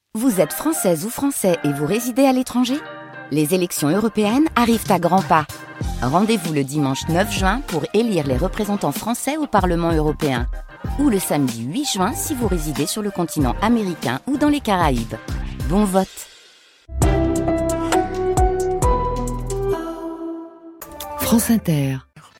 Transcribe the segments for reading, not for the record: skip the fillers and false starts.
Vous êtes française ou français et vous résidez à l'étranger ? Les élections européennes arrivent à grands pas. Rendez-vous le dimanche 9 juin pour élire les représentants français au Parlement européen. Ou le samedi 8 juin si vous résidez sur le continent américain ou dans les Caraïbes. Bon vote! France Inter.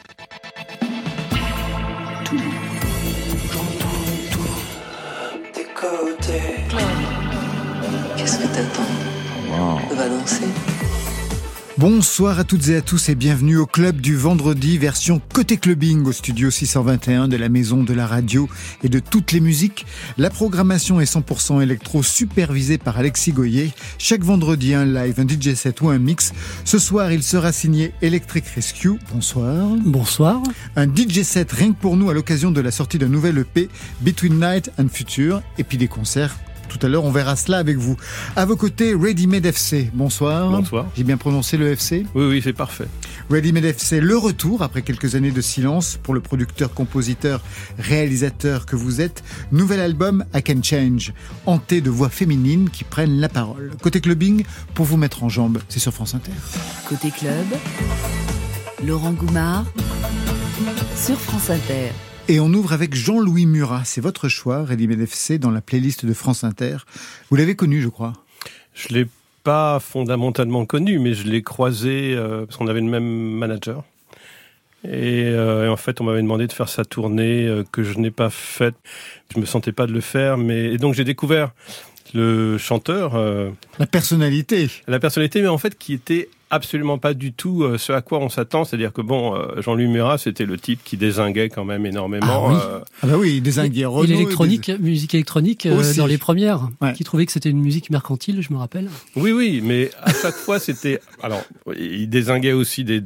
Tes côtés. Qu'est-ce que t'attends? On va danser. Bonsoir à toutes et à tous et bienvenue au Club du Vendredi, version côté clubbing au studio 621 de la Maison de la Radio et de toutes les musiques. La programmation est 100% électro, supervisée par Alexis Goyer. Chaque vendredi, un live, un DJ set ou un mix. Ce soir, il sera signé Electric Rescue. Bonsoir. Bonsoir. Un DJ set rien que pour nous à l'occasion de la sortie d'un nouvel EP, Between Night and Future, et puis des concerts. Tout à l'heure, on verra cela avec vous. À vos côtés, Ready Made FC. Bonsoir. Bonsoir. J'ai bien prononcé le FC ? Oui, c'est parfait. Ready Made FC, le retour après quelques années de silence pour le producteur, compositeur, réalisateur que vous êtes. Nouvel album, I Can Change, hanté de voix féminines qui prennent la parole. Côté clubbing, pour vous mettre en jambes, c'est sur France Inter. Côté club, Laurent Goumard sur France Inter. Et on ouvre avec Jean-Louis Murat. C'est votre choix, Ready Made FC, dans la playlist de France Inter. Vous l'avez connu, je crois. Je l'ai pas fondamentalement connu, mais je l'ai croisé parce qu'on avait le même manager. Et en fait, on m'avait demandé de faire sa tournée que je n'ai pas faite. Je me sentais pas de le faire, et donc j'ai découvert le chanteur. La personnalité, mais en fait, qui était absolument pas du tout ce à quoi on s'attend. C'est-à-dire que Jean-Louis Murat, c'était le type qui dézinguait quand même énormément. Ah oui, il dézinguait Renaud. Et l'électronique, musique électronique dans les premières, qui trouvait que c'était une musique mercantile, je me rappelle. Oui, mais à chaque fois c'était. Alors, il dézinguait aussi des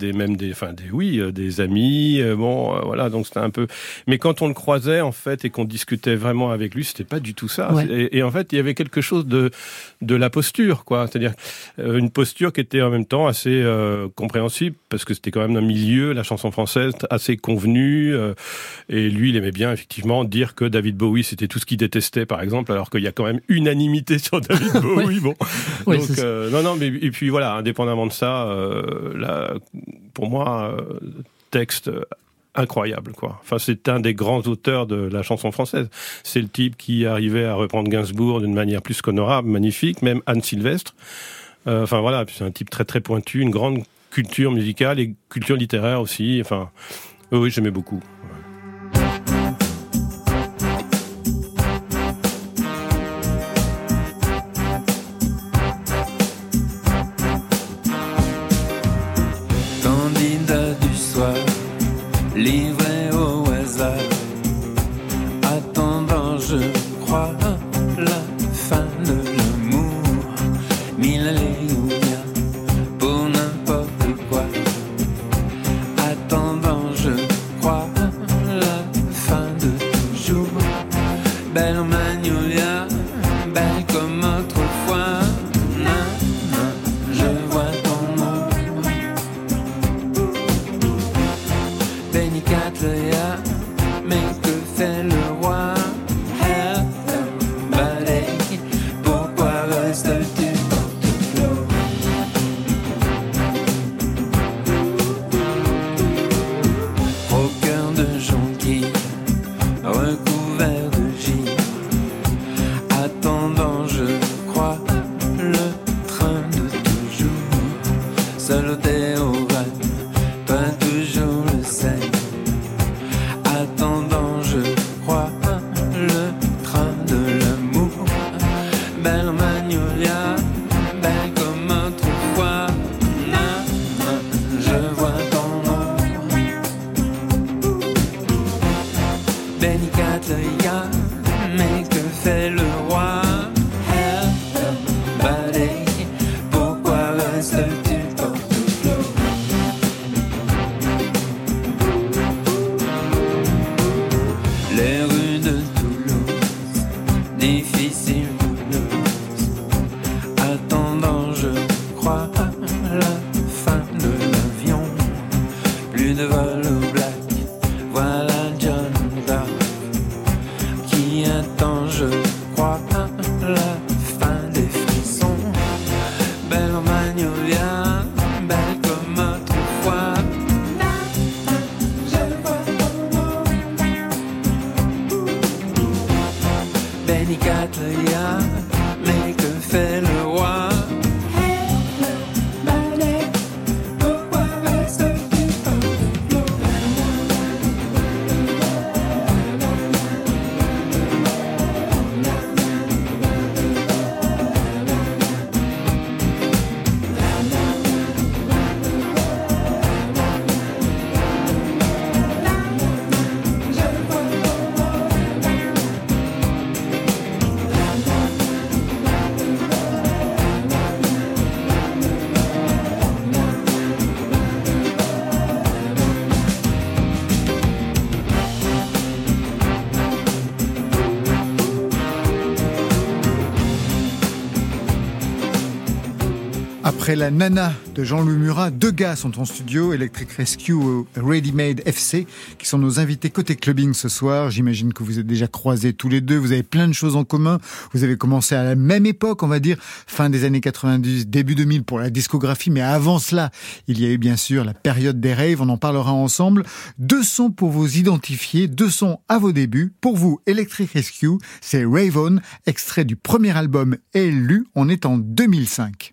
amis. Voilà, donc c'était un peu. Mais quand on le croisait en fait et qu'on discutait vraiment avec lui, c'était pas du tout ça. Ouais. Et en fait, il y avait quelque chose de la posture, quoi. C'est-à-dire une posture qui était en même temps assez compréhensible parce que c'était quand même un milieu, la chanson française, assez convenu. Et lui, il aimait bien effectivement dire que David Bowie, c'était tout ce qu'il détestait, par exemple, alors qu'il y a quand même unanimité sur David Bowie. Bon, ouais, donc mais et puis voilà, indépendamment de ça, là, pour moi, texte incroyable, quoi. Enfin, c'est un des grands auteurs de la chanson française. C'est le type qui arrivait à reprendre Gainsbourg d'une manière plus qu'honorable, magnifique, même Anne Sylvestre. Enfin voilà, c'est un type très très pointu, une grande culture musicale et culture littéraire aussi. Enfin, oui, j'aimais beaucoup. Candidat du soir, livré au hasard, attendant, je crois, la fin de l'amour. Mille alléluia pour n'importe quoi. Attendant, je crois, la fin de toujours. Belle en magnolia, belle comme autrefois. Je vois ton nom. Bénicat Léa, mais que fait le roi? Balai, pourquoi restes-tu porte-flot? Au cœur de jonquille, recouvert de givre, attendant, je crois, le train de toujours. Seul au théorème, pas toujours le sel. Attendant, je crois, le train de l'amour. Belle magnolia, belle comme autrefois. Je vois ton nom. Bénicat Léa, mais que fait le roi? Balai, pourquoi restes-tu porte-flot? Les rues de Toulouse, difficiles Toulouse, fait le roi. Après la Nana de Jean-Louis Murat, deux gars sont en studio, Electric Rescue et Ready Made FC, qui sont nos invités côté clubbing ce soir. J'imagine que vous êtes déjà croisés tous les deux, vous avez plein de choses en commun. Vous avez commencé à la même époque, on va dire, fin des années 90, début 2000 pour la discographie, mais avant cela, il y a eu bien sûr la période des raves, on en parlera ensemble. Deux sons pour vous identifier, deux sons à vos débuts. Pour vous, Electric Rescue, c'est Rave On, extrait du premier album ELU, on est en 2005.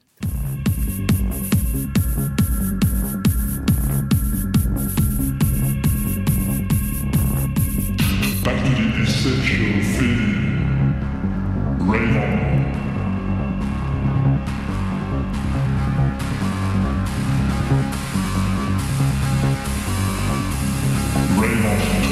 Back to the essential thing. Rave on. Rave on.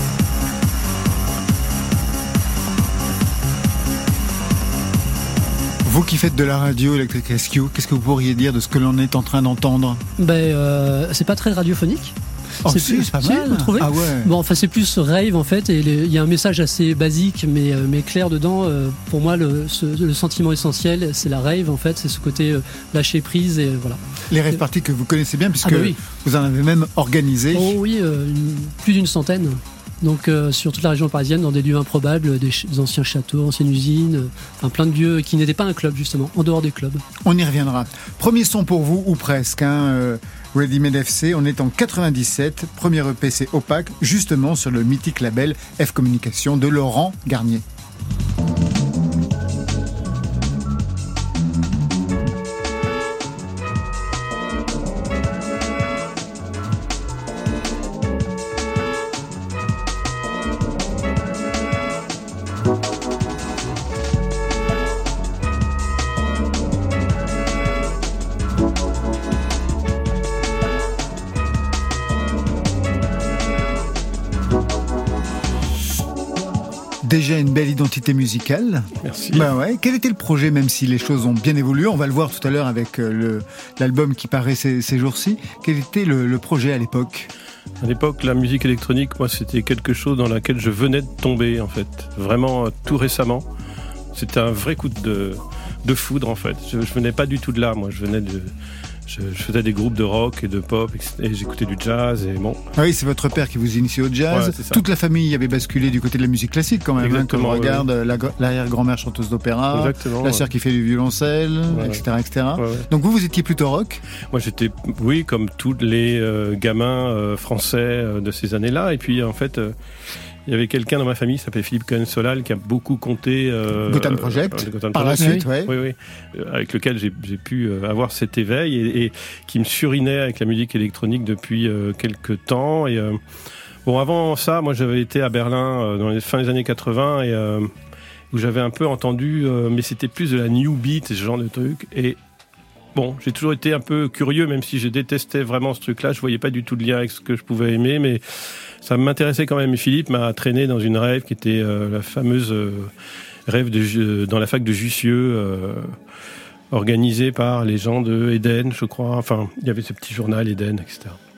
Vous qui faites de la radio, Electric Rescue, qu'est-ce que vous pourriez dire de ce que l'on est en train d'entendre ? C'est pas très radiophonique. Oh, c'est pas mal. Vous trouvez ? Ah ouais. Bon, enfin, c'est plus rave en fait, et il y a un message assez basique mais clair dedans. Pour moi, le sentiment essentiel, c'est la rave en fait, c'est ce côté lâcher prise et voilà. Les rave parties que vous connaissez bien, puisque oui. Vous en avez même organisé. Oh oui, plus d'une centaine. Donc sur toute la région parisienne, dans des lieux improbables, des anciens châteaux, anciennes usines, plein de lieux qui n'étaient pas un club justement, en dehors des clubs. On y reviendra. Premier son pour vous, ou presque, Ready Made FC, on est en 97, premier EP c'est Opaque, justement sur le mythique label F Communication de Laurent Garnier. Déjà une belle identité musicale. Merci. Bah ouais. Quel était le projet, même si les choses ont bien évolué ? On va le voir tout à l'heure avec l'album qui paraît ces jours-ci. Quel était le projet à l'époque ? À l'époque, la musique électronique, moi, c'était quelque chose dans laquelle je venais de tomber, en fait. Vraiment, tout récemment. C'était un vrai coup de foudre, en fait. Je venais pas du tout de là, moi. Je faisais des groupes de rock et de pop et j'écoutais du jazz et bon. Ah oui, c'est votre père qui vous initie au jazz. Ouais, toute la famille avait basculé du côté de la musique classique quand même. Comme on regarde l'arrière-grand-mère chanteuse d'opéra, la sœur qui fait du violoncelle, etc. etc. Ouais. Donc vous étiez plutôt rock ? Moi j'étais, oui, comme tous les gamins français de ces années-là. Et puis en fait... il y avait quelqu'un dans ma famille qui s'appelait Philippe Cohen-Solal qui a beaucoup compté Gotham Project par la suite, oui, avec lequel j'ai pu avoir cet éveil et qui me surinait avec la musique électronique depuis quelques temps. Et bon, avant ça, moi j'avais été à Berlin dans les fins des années 80 et où j'avais un peu entendu, mais c'était plus de la new beat, ce genre de truc. Et bon, j'ai toujours été un peu curieux, même si je détestais vraiment ce truc-là. Je voyais pas du tout de lien avec ce que je pouvais aimer, mais ça m'intéressait quand même. Et Philippe m'a traîné dans une rave qui était la fameuse rave dans la fac de Jussieu, organisée par les gens de Eden, je crois. Enfin, il y avait ce petit journal Eden, etc.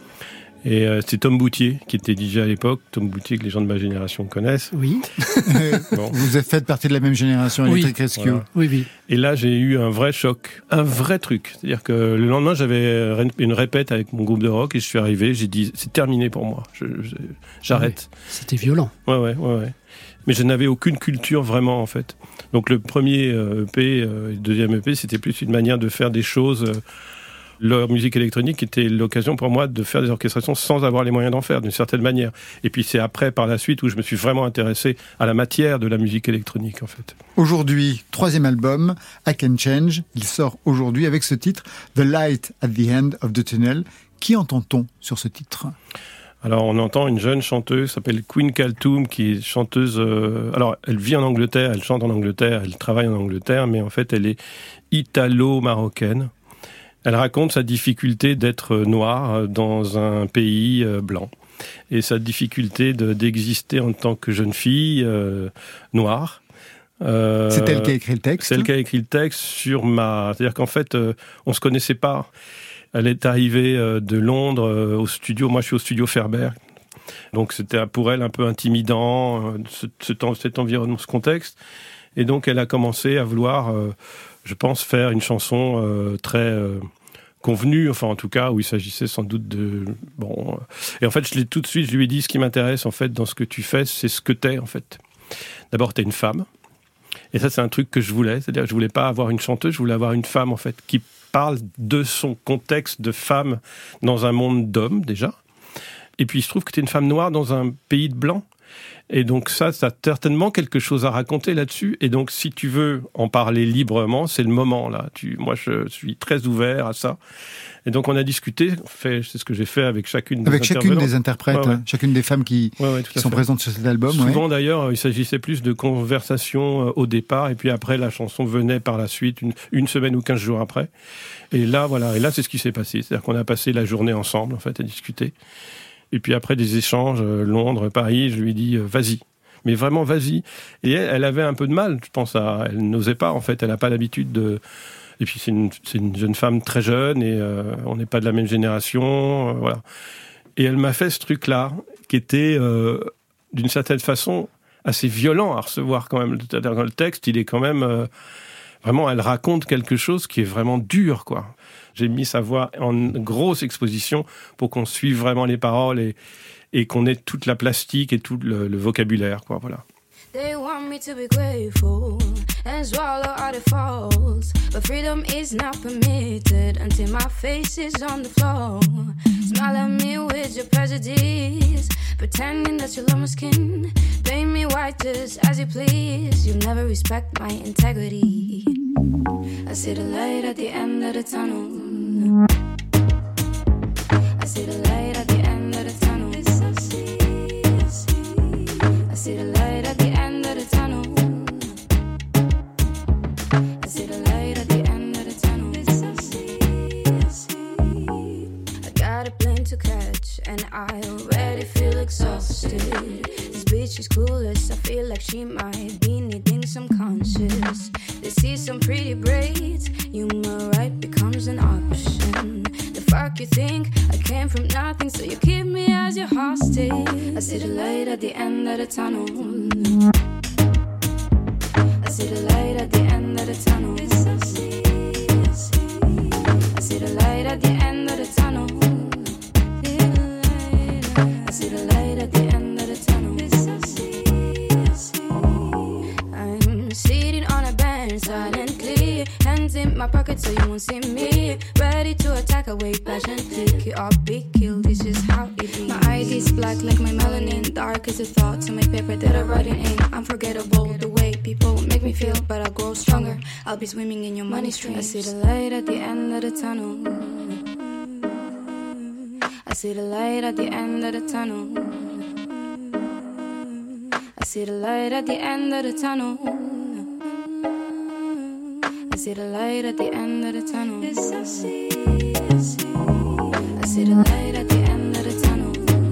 Et c'est Tom Boutier qui était DJ à l'époque. Tom Boutier que les gens de ma génération connaissent. Oui. Bon. Vous faites partie de la même génération, Electric Rescue. Voilà. Oui. Et là, j'ai eu un vrai choc, un vrai truc. C'est-à-dire que le lendemain, j'avais une répète avec mon groupe de rock et je suis arrivé, j'ai dit, c'est terminé pour moi. J'arrête. Oui. C'était violent. Ouais. Mais je n'avais aucune culture vraiment, en fait. Donc le premier EP, le deuxième EP, c'était plus une manière de faire des choses Leur musique électronique était l'occasion pour moi de faire des orchestrations sans avoir les moyens d'en faire, d'une certaine manière. Et puis c'est après, par la suite, où je me suis vraiment intéressé à la matière de la musique électronique, en fait. Aujourd'hui, 3e album, I Can Change. Il sort aujourd'hui avec ce titre, The Light at the End of the Tunnel. Qui entend-on sur ce titre ? Alors on entend une jeune chanteuse qui s'appelle Queen Kaltoum, qui est chanteuse... alors elle vit en Angleterre, elle chante en Angleterre, elle travaille en Angleterre, mais en fait elle est italo-marocaine. Elle raconte sa difficulté d'être noire dans un pays blanc. Et sa difficulté d'exister en tant que jeune fille noire. C'est elle qui a écrit le texte ? C'est elle qui a écrit le texte sur ma... C'est-à-dire qu'en fait, on se connaissait pas. Elle est arrivée de Londres au studio. Moi, je suis au studio Ferber. Donc, c'était pour elle un peu intimidant, cet environnement, ce contexte. Et donc, elle a commencé à vouloir, je pense, faire une chanson très convenue. Enfin, en tout cas, où il s'agissait sans doute de... Bon. Et en fait, tout de suite, je lui ai dit, ce qui m'intéresse, en fait, dans ce que tu fais, c'est ce que t'es, en fait. D'abord, t'es une femme. Et ça, c'est un truc que je voulais. C'est-à-dire que je voulais pas avoir une chanteuse, je voulais avoir une femme, en fait, qui parle de son contexte de femme dans un monde d'hommes, déjà. Et puis, il se trouve que tu es une femme noire dans un pays de blancs. Et donc ça a certainement quelque chose à raconter là-dessus. Et donc, si tu veux en parler librement, c'est le moment, là. Moi, je suis très ouvert à ça. Et donc, on a discuté. C'est ce que j'ai fait avec chacune des interprètes, ouais. Chacune des femmes qui sont présentes sur cet album. Souvent, d'ailleurs, il s'agissait plus de conversation au départ. Et puis après, la chanson venait par la suite, une semaine ou 15 jours après. Et là, voilà. Et là, c'est ce qui s'est passé. C'est-à-dire qu'on a passé la journée ensemble, en fait, à discuter. Et puis après des échanges, Londres, Paris, je lui ai dit vas-y, mais vraiment vas-y. Et elle avait un peu de mal, je pense, elle n'osait pas en fait, elle n'a pas l'habitude de... Et puis c'est une jeune femme très jeune et on n'est pas de la même génération, voilà. Et elle m'a fait ce truc-là qui était d'une certaine façon assez violent à recevoir quand même. Dans le texte, il est quand même... vraiment, elle raconte quelque chose qui est vraiment dur, quoi. J'ai mis sa voix en grosse exposition pour qu'on suive vraiment les paroles et qu'on ait toute la plastique et tout le vocabulaire, quoi, voilà. They want me to be grateful and swallow all the faults, but freedom is not permitted until my face is on the floor. Smile at me with your prejudice, pretending that you love my skin. Paint me white just as you please. You never respect my integrity. I see the light at the end of the tunnel. I see the light at the end of the tunnel. I see the light at the end of the tunnel. I see the light at the end of the tunnel. I got a plane to catch and I already feel exhausted. This bitch is clueless, I feel like she might be needing some conscious. They see some pretty braids, humor right becomes an option. The fuck you think? I came from nothing, so you keep me as your hostage. I see the light at the end of the tunnel. I see the light at the end of the tunnel. I see the light at the end of the tunnel. I see the light at the end of the tunnel. I'm sitting on a bench silently, hands in my pocket so you won't see me. Ready to attack, away passionately. Kill or be killed, this is how it is. My ID's black like my melanin, dark as the thoughts on my paper that I'm writing in. Unforgettable the way people make me feel, but I'll grow stronger. I'll be swimming in your money stream. I see the light at the end of the tunnel. I see the light at the end of the tunnel. I see the light at the end of the tunnel. I see the light at the end of the tunnel. I see the light at the end of the tunnel.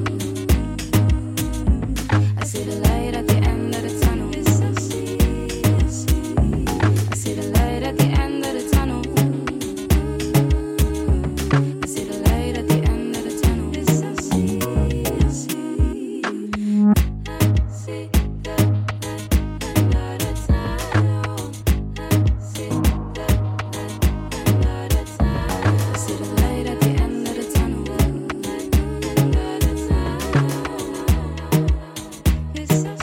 I see the light at the end of the tunnel. I see the light at the end of the tunnel. I see the light at the end of the tunnel.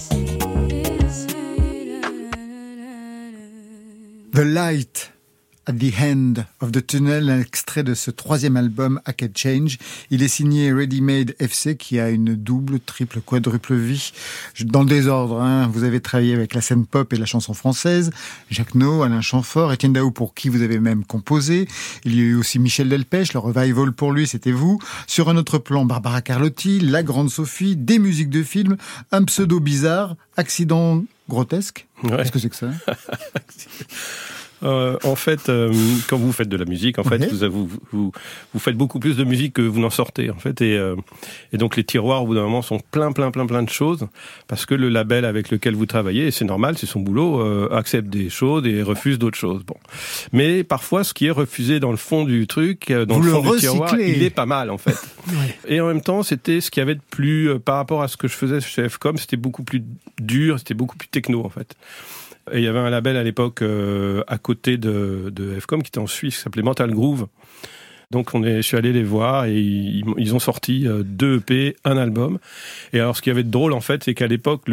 The Light At the End of the Tunnel, un extrait de ce 3e album Hackett Change. Il est signé Ready Made FC qui a une double, triple, quadruple vie. Dans le désordre, hein, vous avez travaillé avec la scène pop et la chanson française. Jacques No, Alain Chamfort, Étienne Daou pour qui vous avez même composé. Il y a eu aussi Michel Delpech, le revival pour lui, c'était vous. Sur un autre plan, Barbara Carlotti, La Grande Sophie, des musiques de films, un pseudo bizarre, Accident grotesque. Ouais. Qu'est-ce que c'est que ça? En fait, quand vous faites de la musique, en fait, vous faites beaucoup plus de musique que vous n'en sortez, en fait, et donc les tiroirs au bout d'un moment sont plein de choses, parce que le label avec lequel vous travaillez, et c'est normal, c'est son boulot, accepte des choses et refuse d'autres choses. Bon, mais parfois, ce qui est refusé dans le fond du truc, dans vous le fond le du tiroir, il est pas mal, en fait. Ouais. Et en même temps, c'était ce qu'il y avait de plus, par rapport à ce que je faisais chez FCOM, c'était beaucoup plus dur, c'était beaucoup plus techno, en fait. Et il y avait un label à l'époque à côté de FCOM qui était en Suisse, qui s'appelait Mental Groove. Donc je suis allé les voir et ils ont sorti 2 EP, un album. Et alors ce qu'il y avait de drôle en fait, c'est qu'à l'époque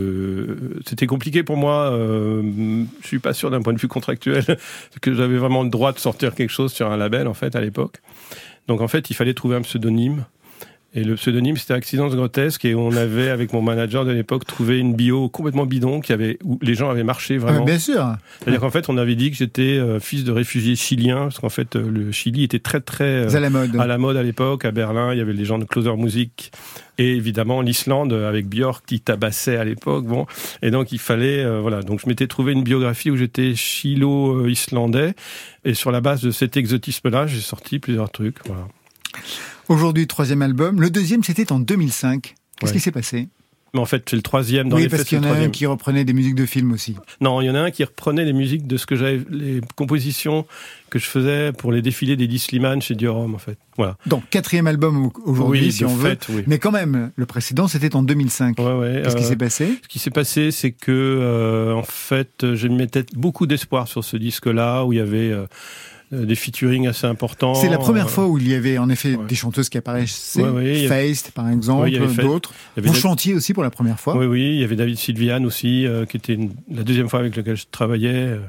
c'était compliqué pour moi. Je suis pas sûr d'un point de vue contractuel que j'avais vraiment le droit de sortir quelque chose sur un label en fait à l'époque. Donc en fait il fallait trouver un pseudonyme. Et le pseudonyme, c'était Accidents grotesques, et on avait, avec mon manager de l'époque, trouvé une bio complètement bidon où les gens avaient marché vraiment. Bien sûr. C'est-à-dire qu'en fait, on avait dit que j'étais fils de réfugiés chiliens, parce qu'en fait, le Chili était très à la mode à l'époque. À Berlin, il y avait les gens de Closer Music, et évidemment l'Islande avec Björk qui tabassait à l'époque. Bon, et donc il fallait, voilà. Donc je m'étais trouvé une biographie où j'étais chilo-islandais, et sur la base de cet exotisme-là, j'ai sorti plusieurs trucs. Voilà. Aujourd'hui, 3e album. Le 2e, c'était en 2005. Qu'est-ce qui s'est passé? Mais en fait, c'est le 3e. Dans les parce faits, qu'il y en a un qui reprenait des musiques de films aussi. Non, il y en a un qui reprenait les musiques de ce que j'avais, les compositions que je faisais pour les défilés d'Eddie Slimane chez Dior-Homme, en fait. Voilà. Donc, 4e album aujourd'hui, oui, si on veut. Oui. Mais quand même, le précédent, c'était en 2005. Ouais. Qu'est-ce qui s'est passé? Ce qui s'est passé, c'est que, en fait, je mettais beaucoup d'espoir sur ce disque-là, où il y avait des featuring assez importants. C'est la première fois où il y avait en effet des chanteuses qui apparaissaient, Feist par exemple, d'autres. Vous chantiez aussi pour la première fois. Oui, il y avait David Sylviane aussi, qui était la 2e fois avec laquelle je travaillais.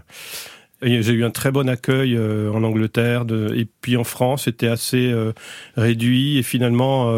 Et j'ai eu un très bon accueil en Angleterre, et puis en France, c'était assez réduit, et finalement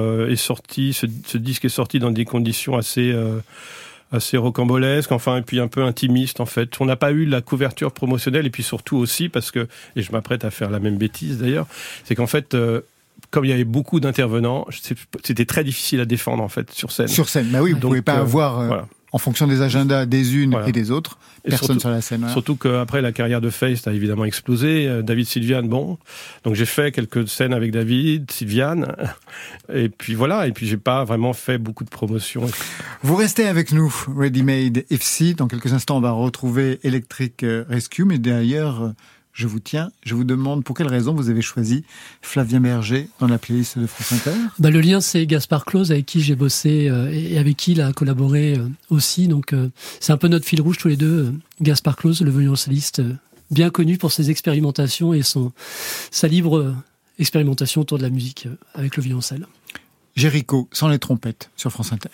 ce disque est sorti dans des conditions assez rocambolesque, enfin, et puis un peu intimiste, en fait. On n'a pas eu la couverture promotionnelle, et puis surtout aussi parce que, et je m'apprête à faire la même bêtise d'ailleurs, c'est qu'en fait, comme il y avait beaucoup d'intervenants, c'était très difficile à défendre, en fait, sur scène. Sur scène, bah oui, vous ne pouvez pas avoir, voilà. En fonction des agendas des unes et des autres, personne surtout, sur la scène. Voilà. Surtout qu'après, la carrière de Feist a évidemment explosé. David Sylviane, bon. Donc j'ai fait quelques scènes avec David, Sylviane. Et puis voilà, et puis j'ai pas vraiment fait beaucoup de promotion. Vous restez avec nous, Ready Made FC. Dans quelques instants, on va retrouver Electric Rescue. Mais d'ailleurs, je vous demande pour quelle raison vous avez choisi Flavien Berger dans la playlist de France Inter. Le lien, c'est Gaspard Claus, avec qui j'ai bossé et avec qui il a collaboré aussi. Donc c'est un peu notre fil rouge tous les deux. Gaspard Claus, le violoncelliste bien connu pour ses expérimentations et sa libre expérimentation autour de la musique avec le violoncelle. Jéricho, sans les trompettes, sur France Inter.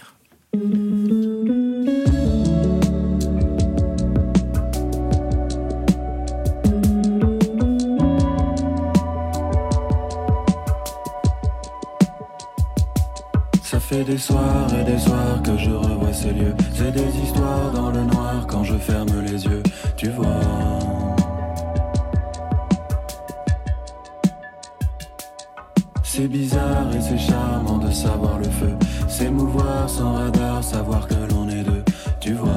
Ça fait des soirs et des soirs que je revois ces lieux. C'est des histoires dans le noir quand je ferme les yeux. Tu vois. C'est bizarre et c'est charmant de savoir le feu. S'émouvoir sans radar, savoir que l'on est deux. Tu vois.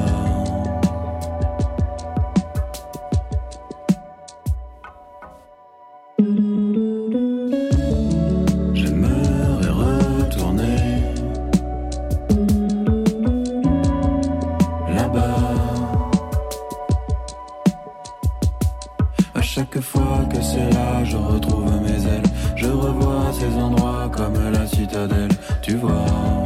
Chaque fois que c'est là, je retrouve mes ailes. Je revois ces endroits comme la citadelle, tu vois.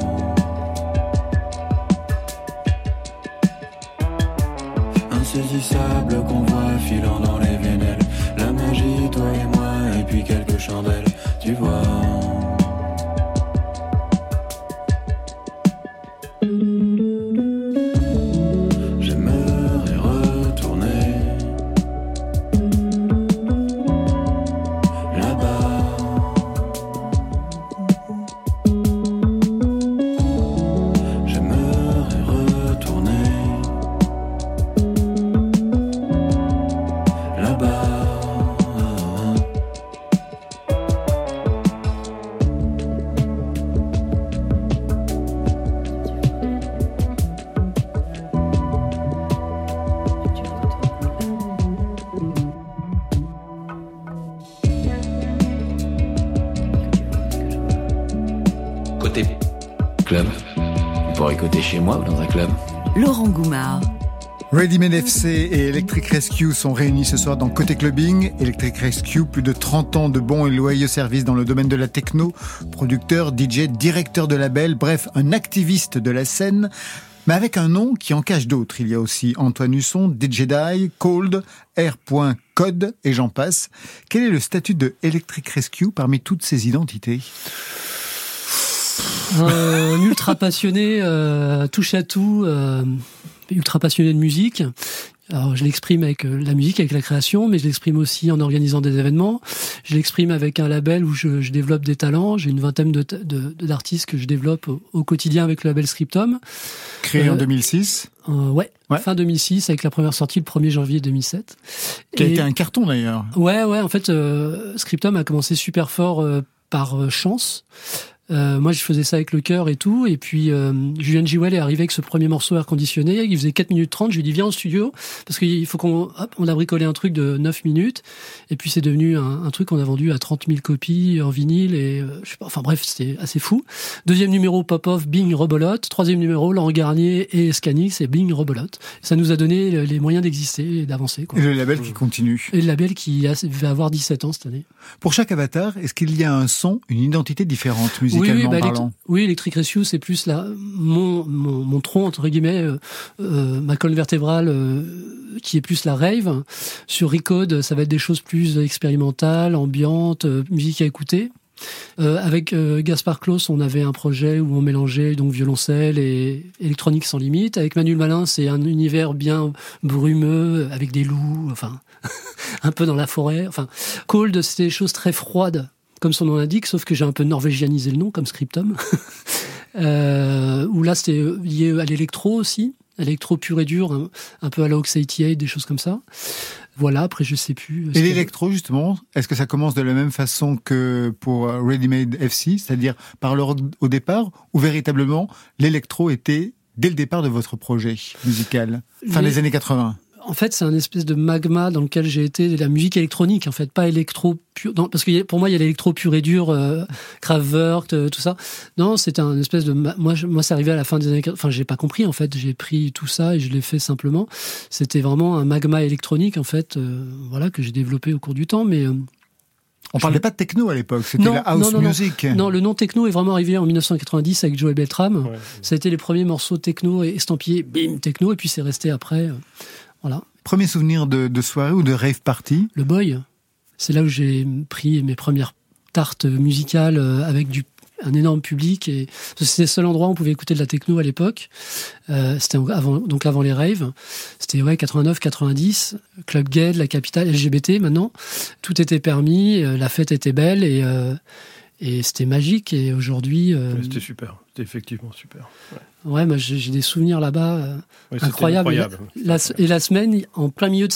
Insaisissable convoi filant dans les vénelles. La magie, toi et moi, et puis quelques chandelles, tu vois. J'aimerais retourner côté club. Pour écouter chez moi ou dans un club. Laurent Goumard. Ready Made FC et Electric Rescue sont réunis ce soir dans Côté Clubbing. Electric Rescue, plus de 30 ans de bons et loyaux services dans le domaine de la techno, producteur, DJ, directeur de label, bref, un activiste de la scène, mais avec un nom qui en cache d'autres. Il y a aussi Antoine Husson, DJ, Cold, R.Code et j'en passe. Quel est le statut de Electric Rescue parmi toutes ces identités ? Ultra passionné, touche à tout, ultra passionné de musique. Alors, je l'exprime avec la musique, avec la création, mais je l'exprime aussi en organisant des événements. Je l'exprime avec un label où je développe des talents. J'ai une vingtaine d'artistes que je développe au quotidien avec le label Scriptum. Créé en 2006 ouais, fin 2006, avec la première sortie le 1er janvier 2007. Qui a été un carton d'ailleurs. Ouais, en fait, Scriptum a commencé super fort par chance. Moi, je faisais ça avec le cœur et tout. Et puis, Julien Jewell est arrivé avec ce premier morceau air conditionné. Il faisait 4 minutes 30. Je lui ai dit, viens au studio. Parce qu'il faut on a bricolé un truc de 9 minutes. Et puis, c'est devenu un truc qu'on a vendu à 30 000 copies en vinyle. Et, je sais pas, enfin bref, c'était assez fou. Deuxième numéro, Pop-Off, Bing, Rebelote. Troisième numéro, Laurent Garnier et Scanix et Bing, Rebelote. Ça nous a donné les moyens d'exister et d'avancer, quoi. Et le label qui continue. Et le label qui va avoir 17 ans cette année. Pour chaque avatar, est-ce qu'il y a un son, une identité différente musicalement parlant ? Oui, Electric Rescue, c'est plus mon tronc, entre guillemets, ma colonne vertébrale, qui est plus la rave. Sur Recode, ça va être des choses plus expérimentales, ambiantes, musique à écouter. Avec Gaspard Claus, on avait un projet où on mélangeait donc violoncelle et électronique sans limite. Avec Manuel Malin, c'est un univers bien brumeux, avec des loups, enfin, un peu dans la forêt. Enfin, Cold, c'était des choses très froides, comme son nom l'indique, sauf que j'ai un peu norvégianisé le nom, comme Scriptum. Où là, c'était lié à l'électro aussi, électro pur et dur, un peu à la Ox 88, des choses comme ça. Voilà, après je sais plus. Et l'électro, justement, est-ce que ça commence de la même façon que pour Ready Made FC, c'est-à-dire par le rock au départ, ou véritablement l'électro était dès le départ de votre projet musical, fin des années 80 ? En fait, c'est un espèce de magma dans lequel j'ai été, la musique électronique, en fait, pas électro pur. Non, parce que pour moi, il y a l'électro pur et dur, Kraftwerk, tout ça. Non, c'était un espèce de. Moi, c'est arrivé à la fin des années. Enfin, j'ai pas compris, en fait. J'ai pris tout ça et je l'ai fait simplement. C'était vraiment un magma électronique, en fait, voilà, que j'ai développé au cours du temps, mais. On parlait pas de techno à l'époque, c'était la house music. Non, le nom techno est vraiment arrivé en 1990 avec Joey Beltram. Ouais. Ça a été les premiers morceaux techno et estampillés, bim, techno, et puis c'est resté après. Voilà. Premier souvenir de soirée ou de rave party ? Le Boy. C'est là où j'ai pris mes premières tartes musicales avec un énorme public. Et c'était le seul endroit où on pouvait écouter de la techno à l'époque. C'était avant les raves. C'était 89, 90. Club Gay, la capitale LGBT maintenant. Tout était permis, la fête était belle et c'était magique. Et aujourd'hui... C'était super. C'était effectivement super. Ouais, moi j'ai des souvenirs là-bas incroyables. Et la semaine, en plein milieu de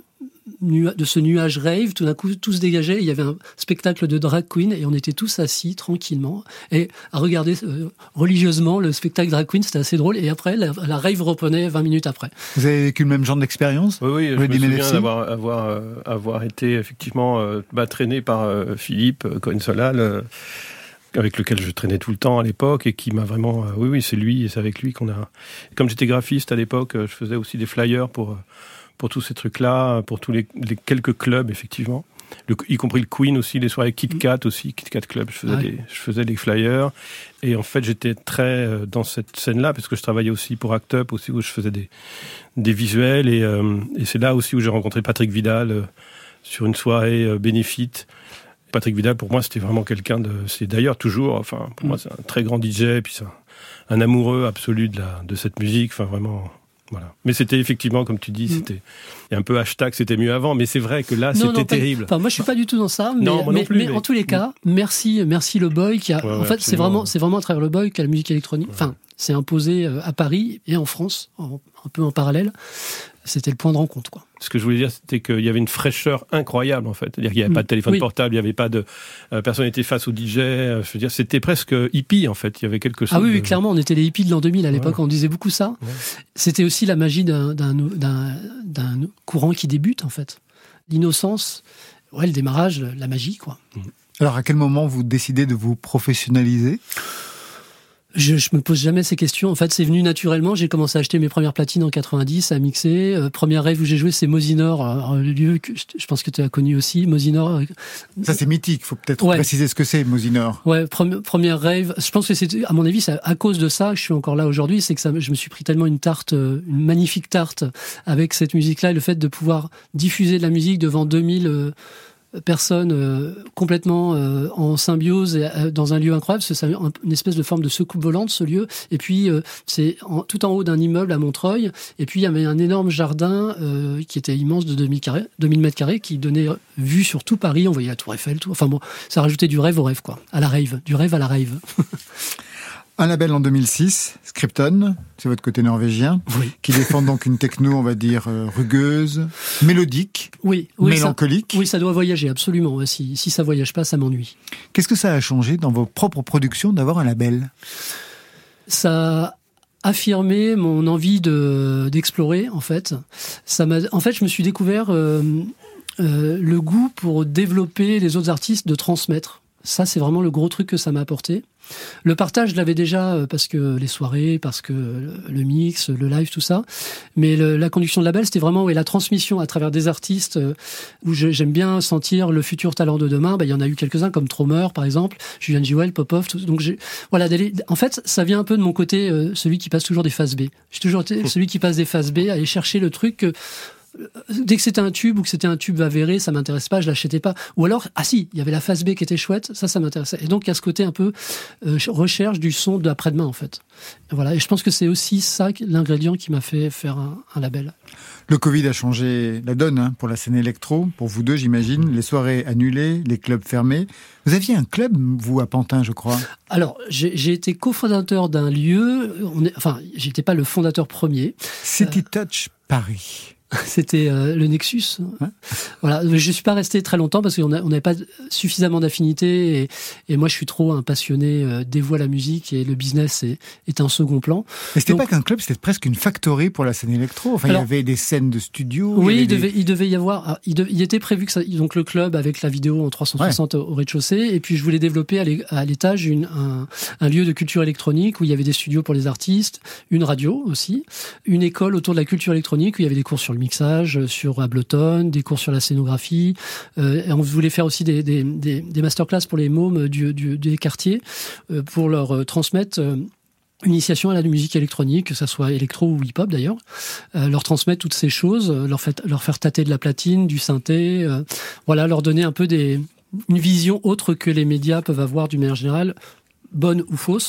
ce nuage rave, tout d'un coup, tout se dégageait. Il y avait un spectacle de drag queen et on était tous assis tranquillement et à regarder religieusement le spectacle drag queen. C'était assez drôle. Et après, la rave reprenait 20 minutes après. Vous avez vécu le même genre d'expérience ? Oui, je me souviens d'avoir été effectivement traîné par Philippe Cohen-Solal, avec lequel je traînais tout le temps à l'époque et qui m'a vraiment... oui, c'est lui et c'est avec lui qu'on a... Comme j'étais graphiste à l'époque, je faisais aussi des flyers pour tous ces trucs-là, pour tous les quelques clubs, effectivement. Y compris le Queen aussi, les soirées Kit Kat aussi, Kit Kat Club, je faisais des flyers. Et en fait, j'étais très dans cette scène-là, parce que je travaillais aussi pour Act Up, aussi, où je faisais des visuels. Et c'est là aussi où j'ai rencontré Patrick Vidal sur une soirée bénéfice. Patrick Vidal, pour moi, c'était vraiment quelqu'un de... C'est d'ailleurs toujours... Enfin, pour moi, c'est un très grand DJ, et puis c'est un amoureux absolu de cette musique. Enfin, vraiment... Voilà. Mais c'était effectivement, comme tu dis, c'était un peu hashtag, c'était mieux avant. Mais c'est vrai que là, c'était terrible. Enfin, moi, je suis pas du tout dans ça. Mais en tous les cas, merci le Boy qui a. En fait, c'est vraiment à travers le Boy qu'a la musique électronique. Enfin, c'est imposé à Paris et en France, un peu en parallèle. C'était le point de rencontre, quoi. Ce que je voulais dire, c'était qu'il y avait une fraîcheur incroyable, en fait. C'est-à-dire qu'il n'y avait pas de téléphone portable, il n'y avait pas de... personne n'était face au DJ. Je veux dire, c'était presque hippie, en fait. Il y avait quelque chose... Ah oui, clairement, on était les hippies de l'an 2000 à l'époque, on disait beaucoup ça. Ouais. C'était aussi la magie d'un courant qui débute, en fait. L'innocence, le démarrage, la magie, quoi. Alors, à quel moment vous décidez de vous professionnaliser ? Je me pose jamais ces questions. En fait, c'est venu naturellement. J'ai commencé à acheter mes premières platines en 90, à mixer. Première rave où j'ai joué, c'est Mosinor, un lieu que je pense que tu as connu aussi. Mosinor. Ça, c'est mythique. Il faut peut-être préciser ce que c'est, Mosinor. Ouais, première rave. Je pense que c'est, à mon avis, c'est à cause de ça que je suis encore là aujourd'hui. C'est que je me suis pris tellement une magnifique tarte avec cette musique-là, et le fait de pouvoir diffuser de la musique devant 2000 personnes complètement en symbiose et, dans un lieu incroyable. C'est une espèce de forme de soucoupe volante, ce lieu. Et puis, c'est tout en haut d'un immeuble à Montreuil. Et puis, il y avait un énorme jardin qui était immense de 2000 mètres carrés, qui donnait vue sur tout Paris. On voyait la Tour Eiffel, tout. Enfin bon, ça rajoutait du rêve au rêve, quoi. À la rave. Du rêve à la rave. Un label en 2006, Scripton, c'est votre côté norvégien, qui défend donc une techno, on va dire, rugueuse, mélodique, mélancolique. Ça doit voyager, absolument. Si ça voyage pas, ça m'ennuie. Qu'est-ce que ça a changé dans vos propres productions d'avoir un label ? Ça a affirmé mon envie d'explorer, en fait. En fait, je me suis découvert le goût pour développer les autres artistes, de transmettre. Ça, c'est vraiment le gros truc que ça m'a apporté. Le partage, je l'avais déjà parce que les soirées, parce que le mix, le live, tout ça. Mais la conduction de label, c'était vraiment la transmission à travers des artistes où j'aime bien sentir le futur talent de demain. Il y en a eu quelques-uns comme Tromer, par exemple, Julian Jewel, Popov. Donc en fait, ça vient un peu de mon côté, celui qui passe toujours des phases B. J'ai toujours été celui qui passe des phases B, aller chercher le truc. Dès que c'était un tube ou que c'était un tube avéré, ça m'intéresse pas, je l'achetais pas. Ou alors, il y avait la phase B qui était chouette, ça m'intéressait. Et donc, il y a ce côté un peu recherche du son d'après-demain, en fait. Voilà. Et je pense que c'est aussi ça, l'ingrédient qui m'a fait faire un label. Le Covid a changé la donne pour la scène électro, pour vous deux, j'imagine. Les soirées annulées, les clubs fermés. Vous aviez un club, vous, à Pantin, je crois. Alors, j'ai été cofondateur d'un lieu. J'étais pas le fondateur premier. City Touch Paris. C'était le Nexus. Ouais. Voilà, je suis pas resté très longtemps parce qu'on n'avait pas suffisamment d'affinité et moi je suis trop un passionné dévoué à la musique et le business est un second plan. Mais c'était pas qu'un club, c'était presque une factory pour la scène électro. Enfin, il y avait des scènes de studio. Oui, il devait y avoir. Il était prévu que ça. Donc le club avec la vidéo en 360 au rez-de-chaussée et puis je voulais développer à l'étage un lieu de culture électronique où il y avait des studios pour les artistes, une radio aussi, une école autour de la culture électronique où il y avait des cours sur le mixage, sur Ableton, des cours sur la scénographie. Et on voulait faire aussi des masterclass pour les mômes des quartiers pour leur transmettre une initiation à la musique électronique, que ça soit électro ou hip-hop d'ailleurs, leur transmettre toutes ces choses, leur faire tâter de la platine, du synthé, leur donner un peu une vision autre que les médias peuvent avoir d'une manière générale, bonne ou fausse.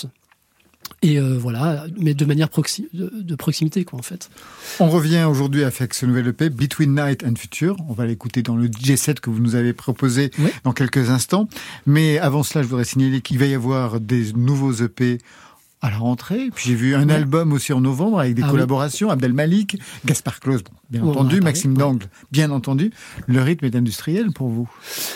Et mais de manière de proximité, quoi, en fait. On revient aujourd'hui avec ce nouvel EP, Between Night and Future. On va l'écouter dans le DJ set que vous nous avez proposé dans quelques instants. Mais avant cela, je voudrais signaler qu'il va y avoir des nouveaux EP à la rentrée. Puis j'ai vu un album aussi en novembre avec des collaborations. Abdel Malik, Gaspard Claus, bien entendu, Maxime Dangle, bien entendu. Le rythme est industriel pour vous?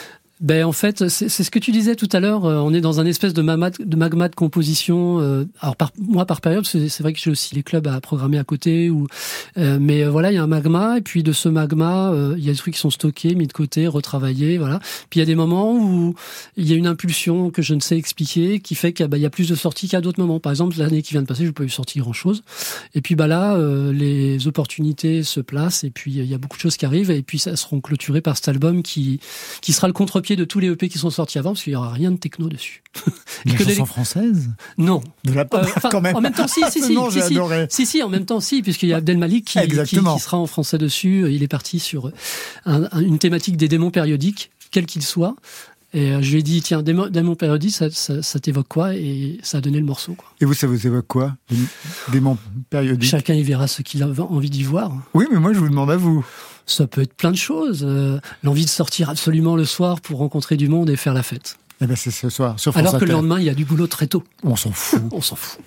En fait, c'est ce que tu disais tout à l'heure. On est dans un espèce de magma de composition. Alors par période, c'est vrai que j'ai aussi les clubs à programmer à côté. Mais il y a un magma et puis de ce magma, il y a des trucs qui sont stockés, mis de côté, retravaillés. Voilà. Puis il y a des moments où il y a une impulsion que je ne sais expliquer, qui fait qu'il y a plus de sorties qu'à d'autres moments. Par exemple, l'année qui vient de passer, je n'ai pas eu sorti grand chose. Et puis les opportunités se placent et puis il y a beaucoup de choses qui arrivent et puis ça seront clôturées par cet album qui sera le contre-pied de tous les EP qui sont sortis avant, parce qu'il n'y aura rien de techno dessus. La chanson française? Non. De la pop, quand même. En même temps, si. Non, j'ai adoré. Si, en même temps, si, puisqu'il y a Abdel Malik qui sera en français dessus. Il est parti sur une thématique des démons périodiques, quel qu'il soit. Et je lui ai dit, tiens, démons périodiques, ça t'évoque quoi? Et ça a donné le morceau, quoi. Et vous, ça vous évoque quoi? Démons périodiques? Chacun y verra ce qu'il a envie d'y voir. Oui, mais moi, je vous demande à vous. Ça peut être plein de choses. L'envie de sortir absolument le soir pour rencontrer du monde et faire la fête. Eh ben c'est ce soir, sur France Alors que Inter. le lendemain, il y a du boulot très tôt. On s'en fout. On s'en fout.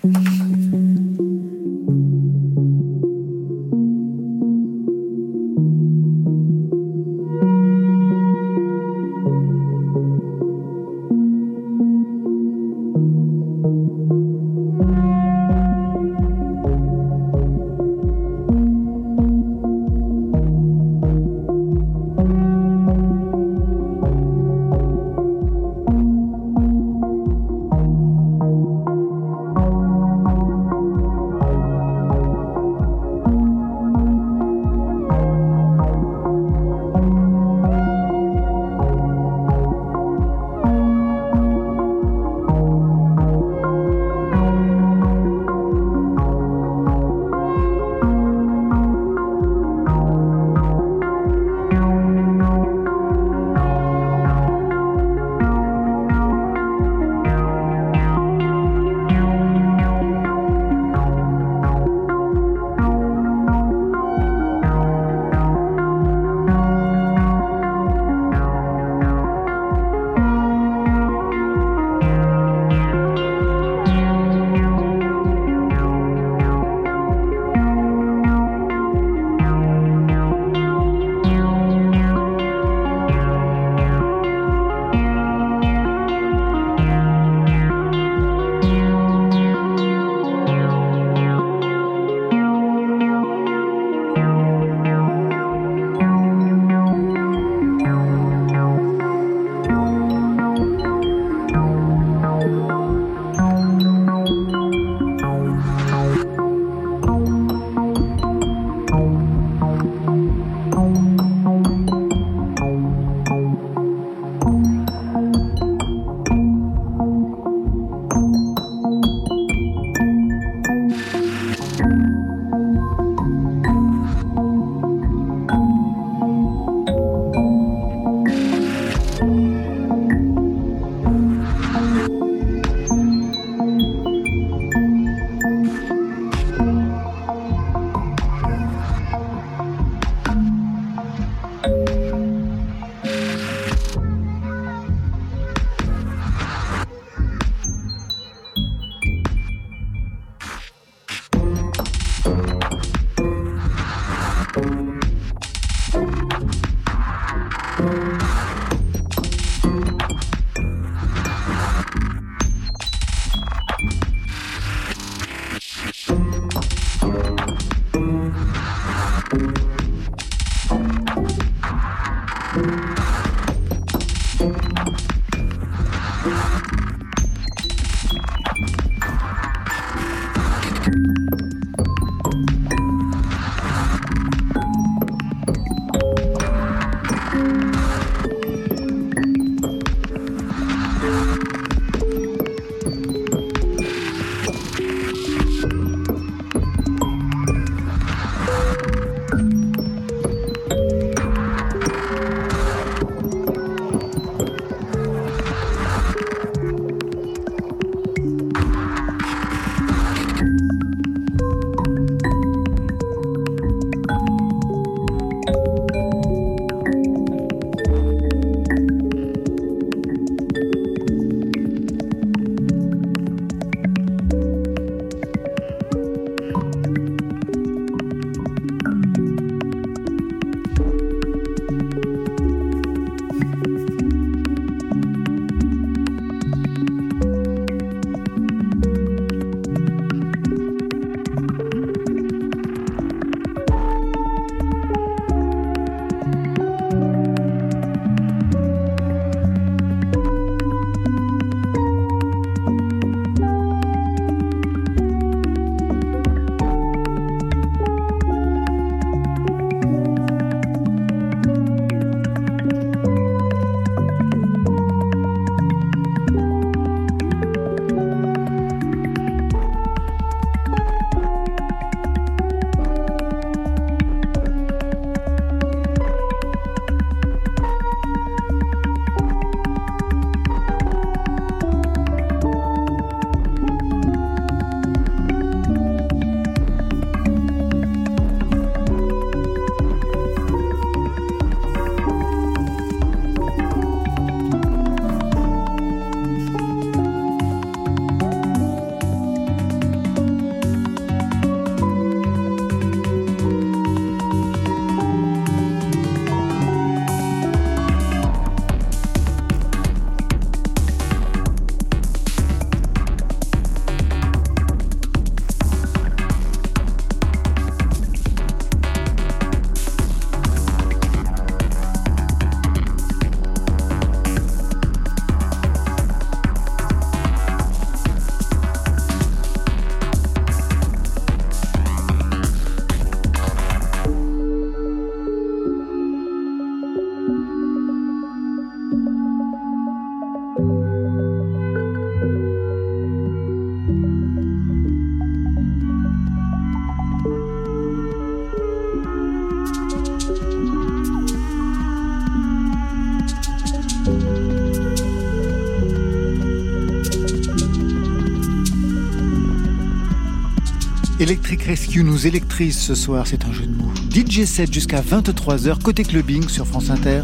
Electric Rescue nous électrise ce soir, c'est un jeu de mots. DJ 7 jusqu'à 23h, côté clubbing sur France Inter.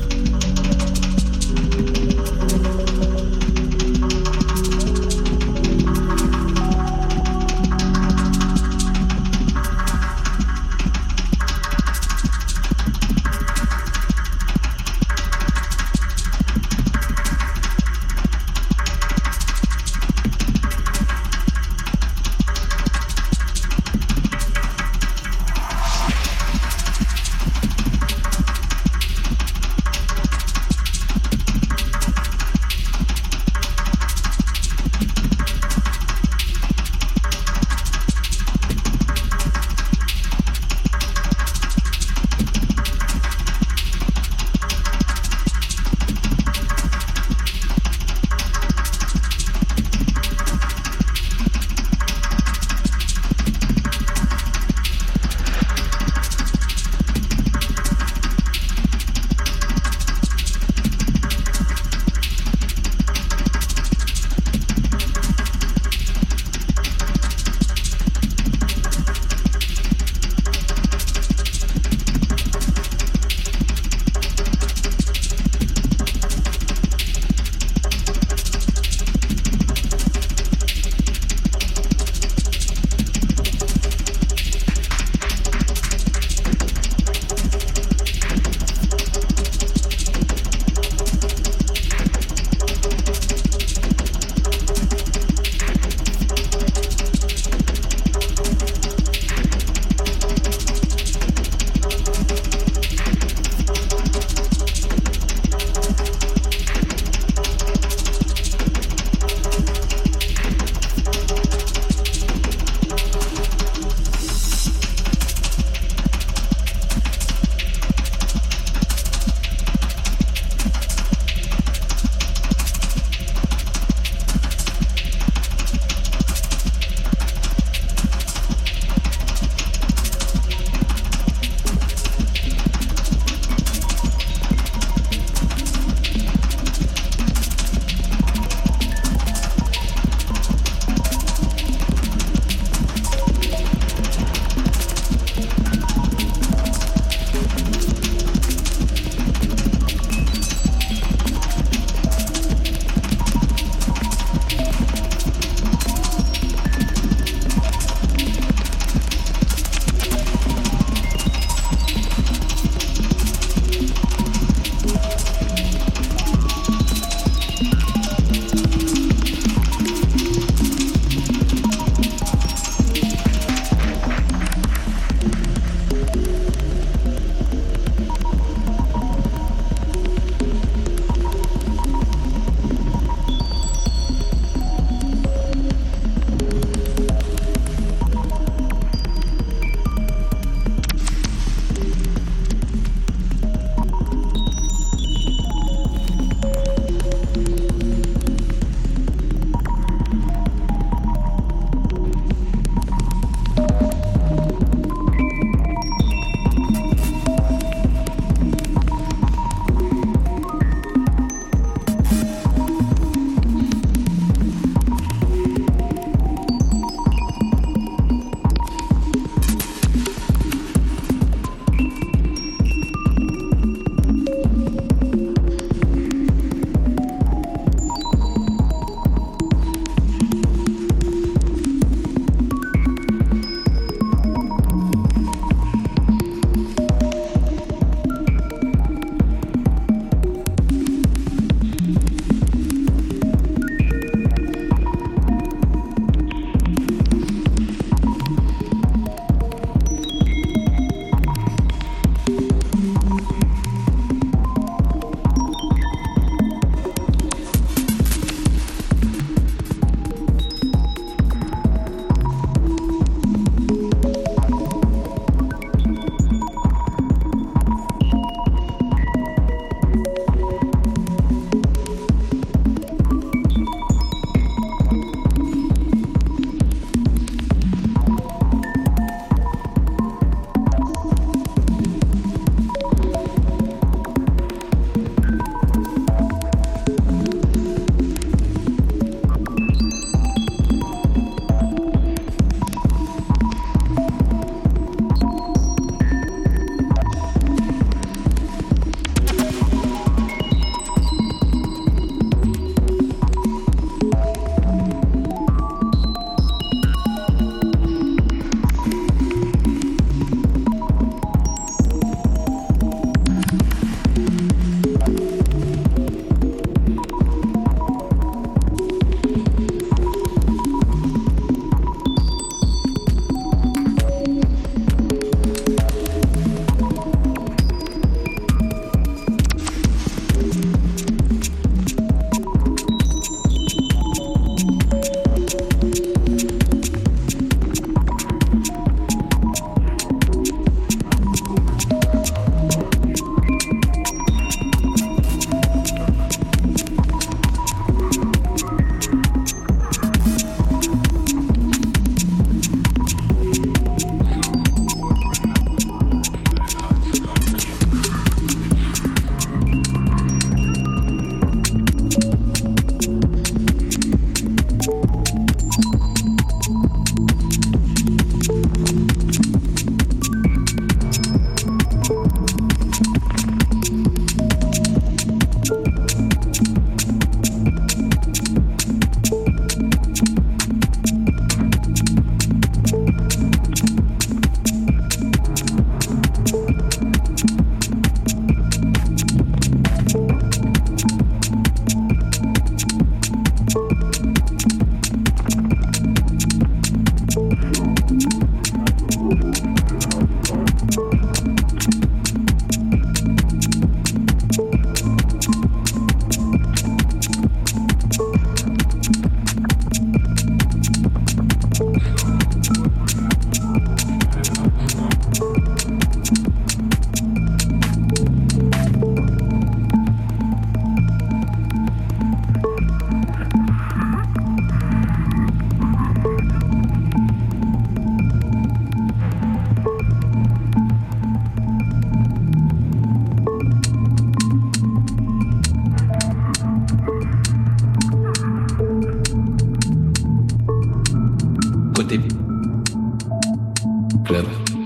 Club.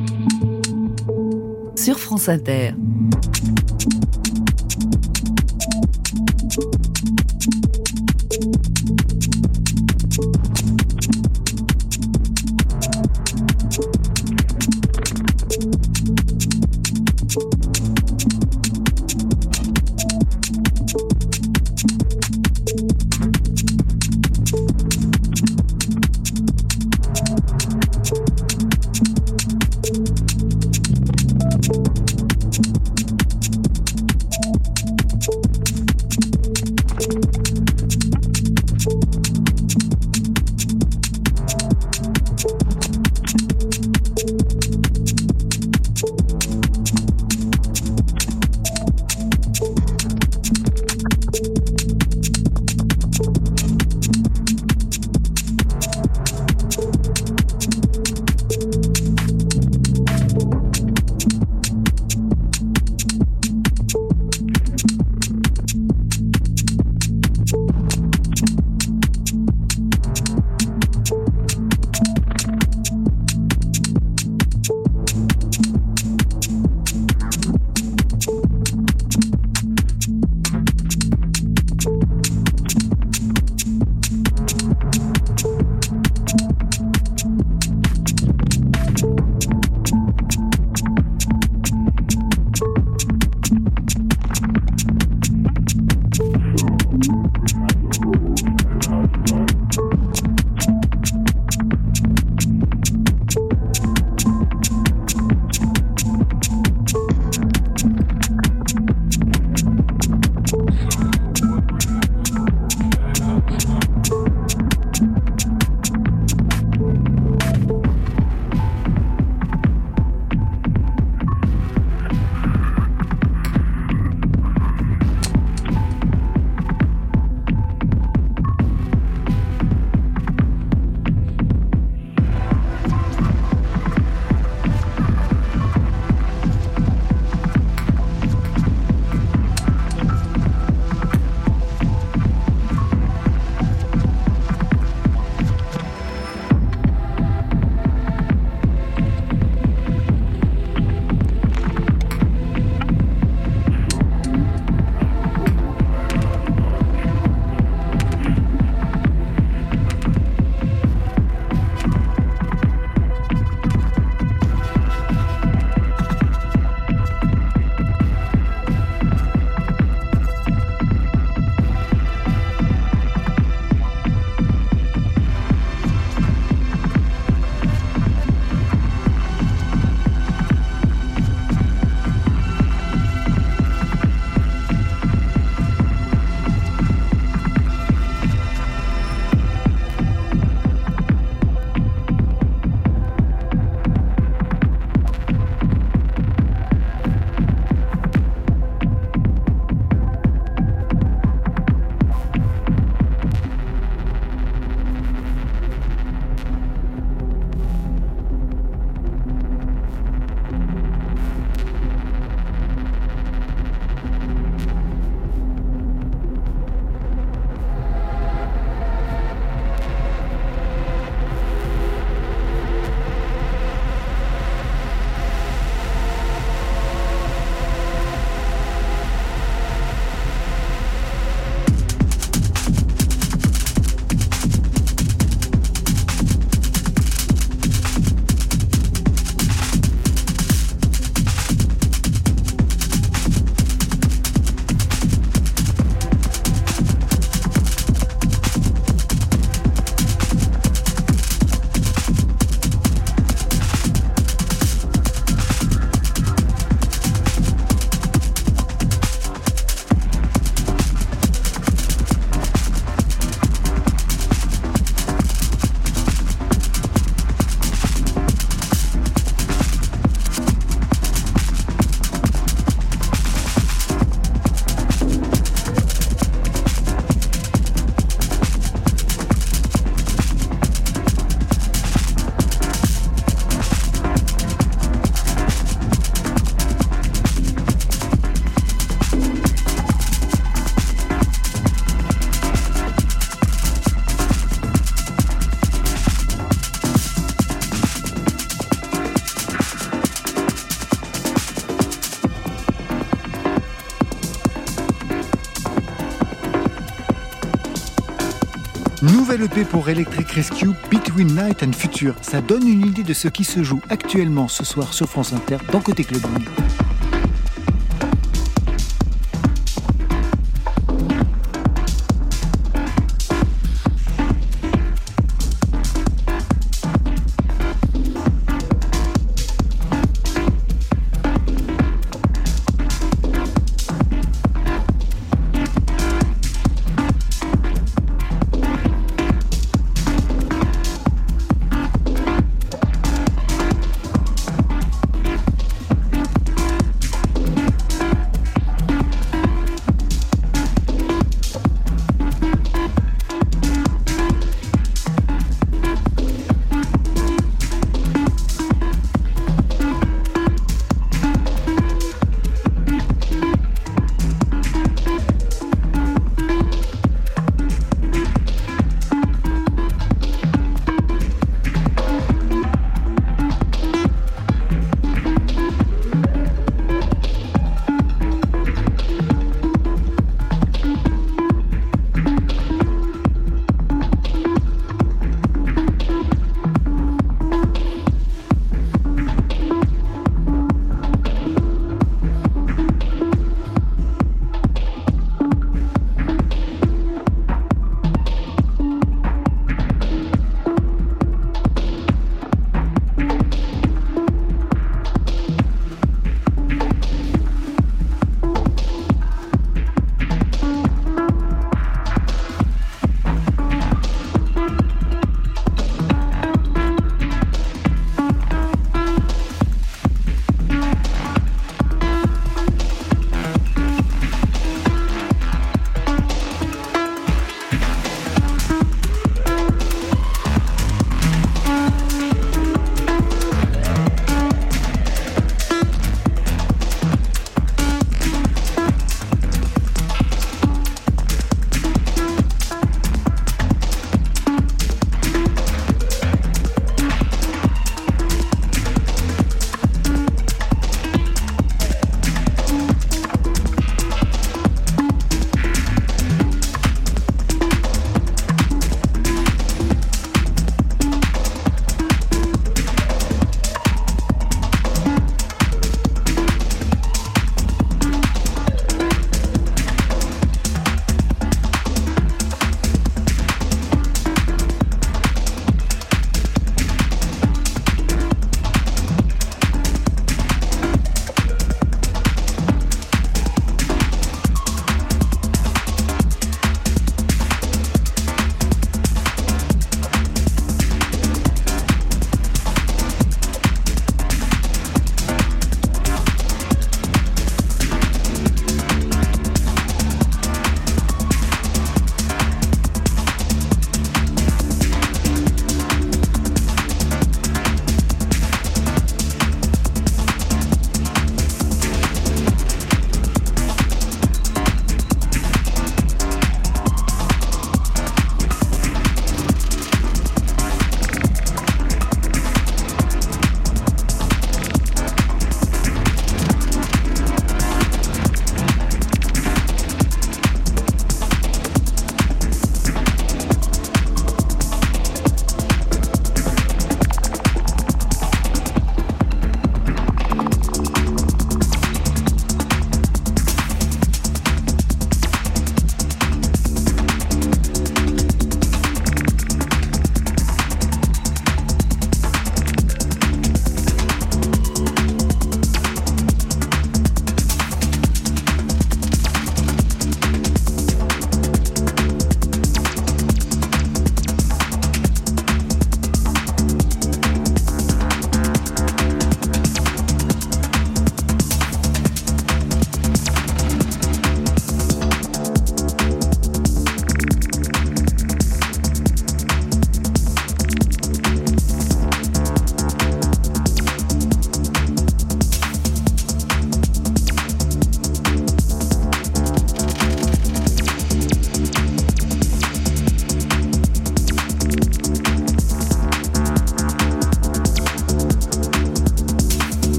Sur France Inter. Nouvelle EP pour Electric Rescue, Between Night and Future. Ça donne une idée de ce qui se joue actuellement ce soir sur France Inter dans Côté Clubbing.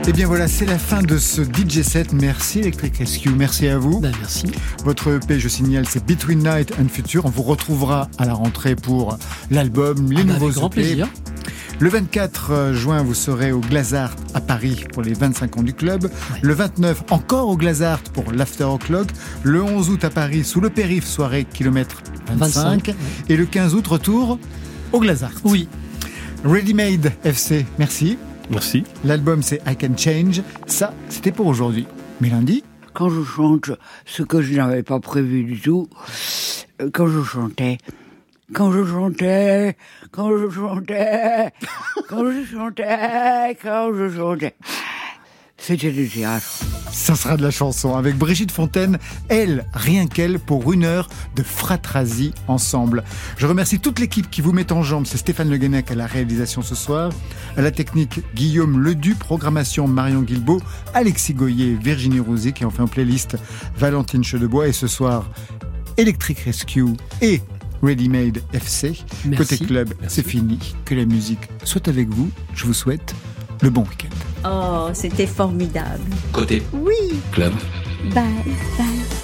Et bien voilà, c'est la fin de ce DJ set. Merci Electric Rescue, merci à vous. Merci. Votre EP, je signale, c'est Between Night and Future. On vous retrouvera à la rentrée pour l'album, les nouveaux avec grand EP. plaisir. Le 24 juin, vous serez au Glazart à Paris pour les 25 ans du club. Ouais. Le 29, encore au Glazart pour l'After O'Clock. Le 11 août à Paris, sous le périph', soirée kilomètre 25. ouais. Et le 15 août, retour au Glazart. Oui. Ready Made FC, merci. Merci. L'album, c'est I Can Change. Ça, c'était pour aujourd'hui. Mais lundi, quand je chante ce que je n'avais pas prévu du tout, quand je chantais, c'était du théâtre. ça sera de la chanson avec Brigitte Fontaine, elle, rien qu'elle, pour 1 heure de fratrasie ensemble. Je remercie toute l'équipe qui vous met en jambe. C'est Stéphane Le Guenec à la réalisation ce soir, à la technique Guillaume Ledu, programmation Marion Guilbeault, Alexis Goyer, Virginie Rouzic et enfin en playlist Valentine Chedebois. Et ce soir, Electric Rescue et Ready Made FC. Merci. Côté club, c'est fini. Que la musique soit avec vous. Je vous souhaite le bon week-end. Oh, c'était formidable. Côté Oui. club. Bye, bye.